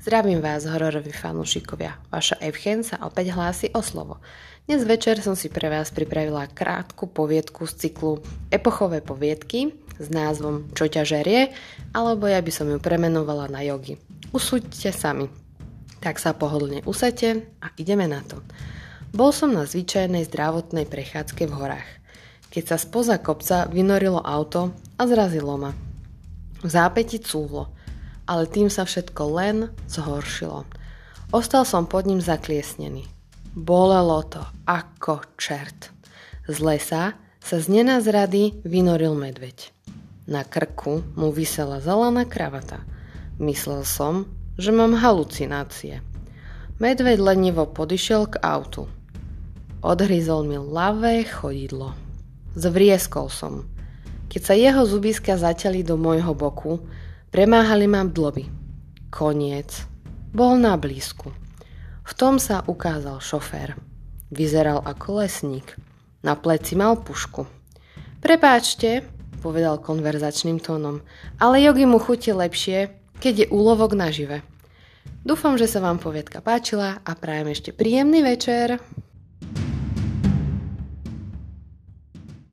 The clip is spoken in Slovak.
Zdravím vás, hororoví fanúšikovia. Vaša Evchen sa opäť hlási o slovo. Dnes večer som si pre vás pripravila krátku poviedku z cyklu Epochové poviedky s názvom Čo ťa žerie, alebo ja by som ju premenovala na jogy. Usúďte sami. Tak sa pohodlne usaďte a ideme na to. Bol som na zvyčajnej zdravotnej prechádzke v horách, keď sa spoza kopca vynorilo auto a zrazilo ma. V zápäti cúvlo, ale tým sa všetko len zhoršilo. Ostal som pod ním zakliesnený. Bolelo to ako čert. Z lesa sa z nenazrady vynoril medveď. Na krku mu visela zelená kravata. Myslel som, že mám halucinácie. Medveď lenivo podišiel k autu. Odhryzol mi ľavé chodidlo. Zvrieskol som. Keď sa jeho zubiska zaťali do môjho boku, premáhali ma dloby. Koniec. Bol na blízku. V tom sa ukázal šofér. Vyzeral ako lesník. Na pleci mal pušku. Prepáčte, povedal konverzačným tónom, ale jogy mu chutí lepšie, keď je úlovok nažive. Dúfam, že sa vám poviedka páčila a prajem ešte príjemný večer.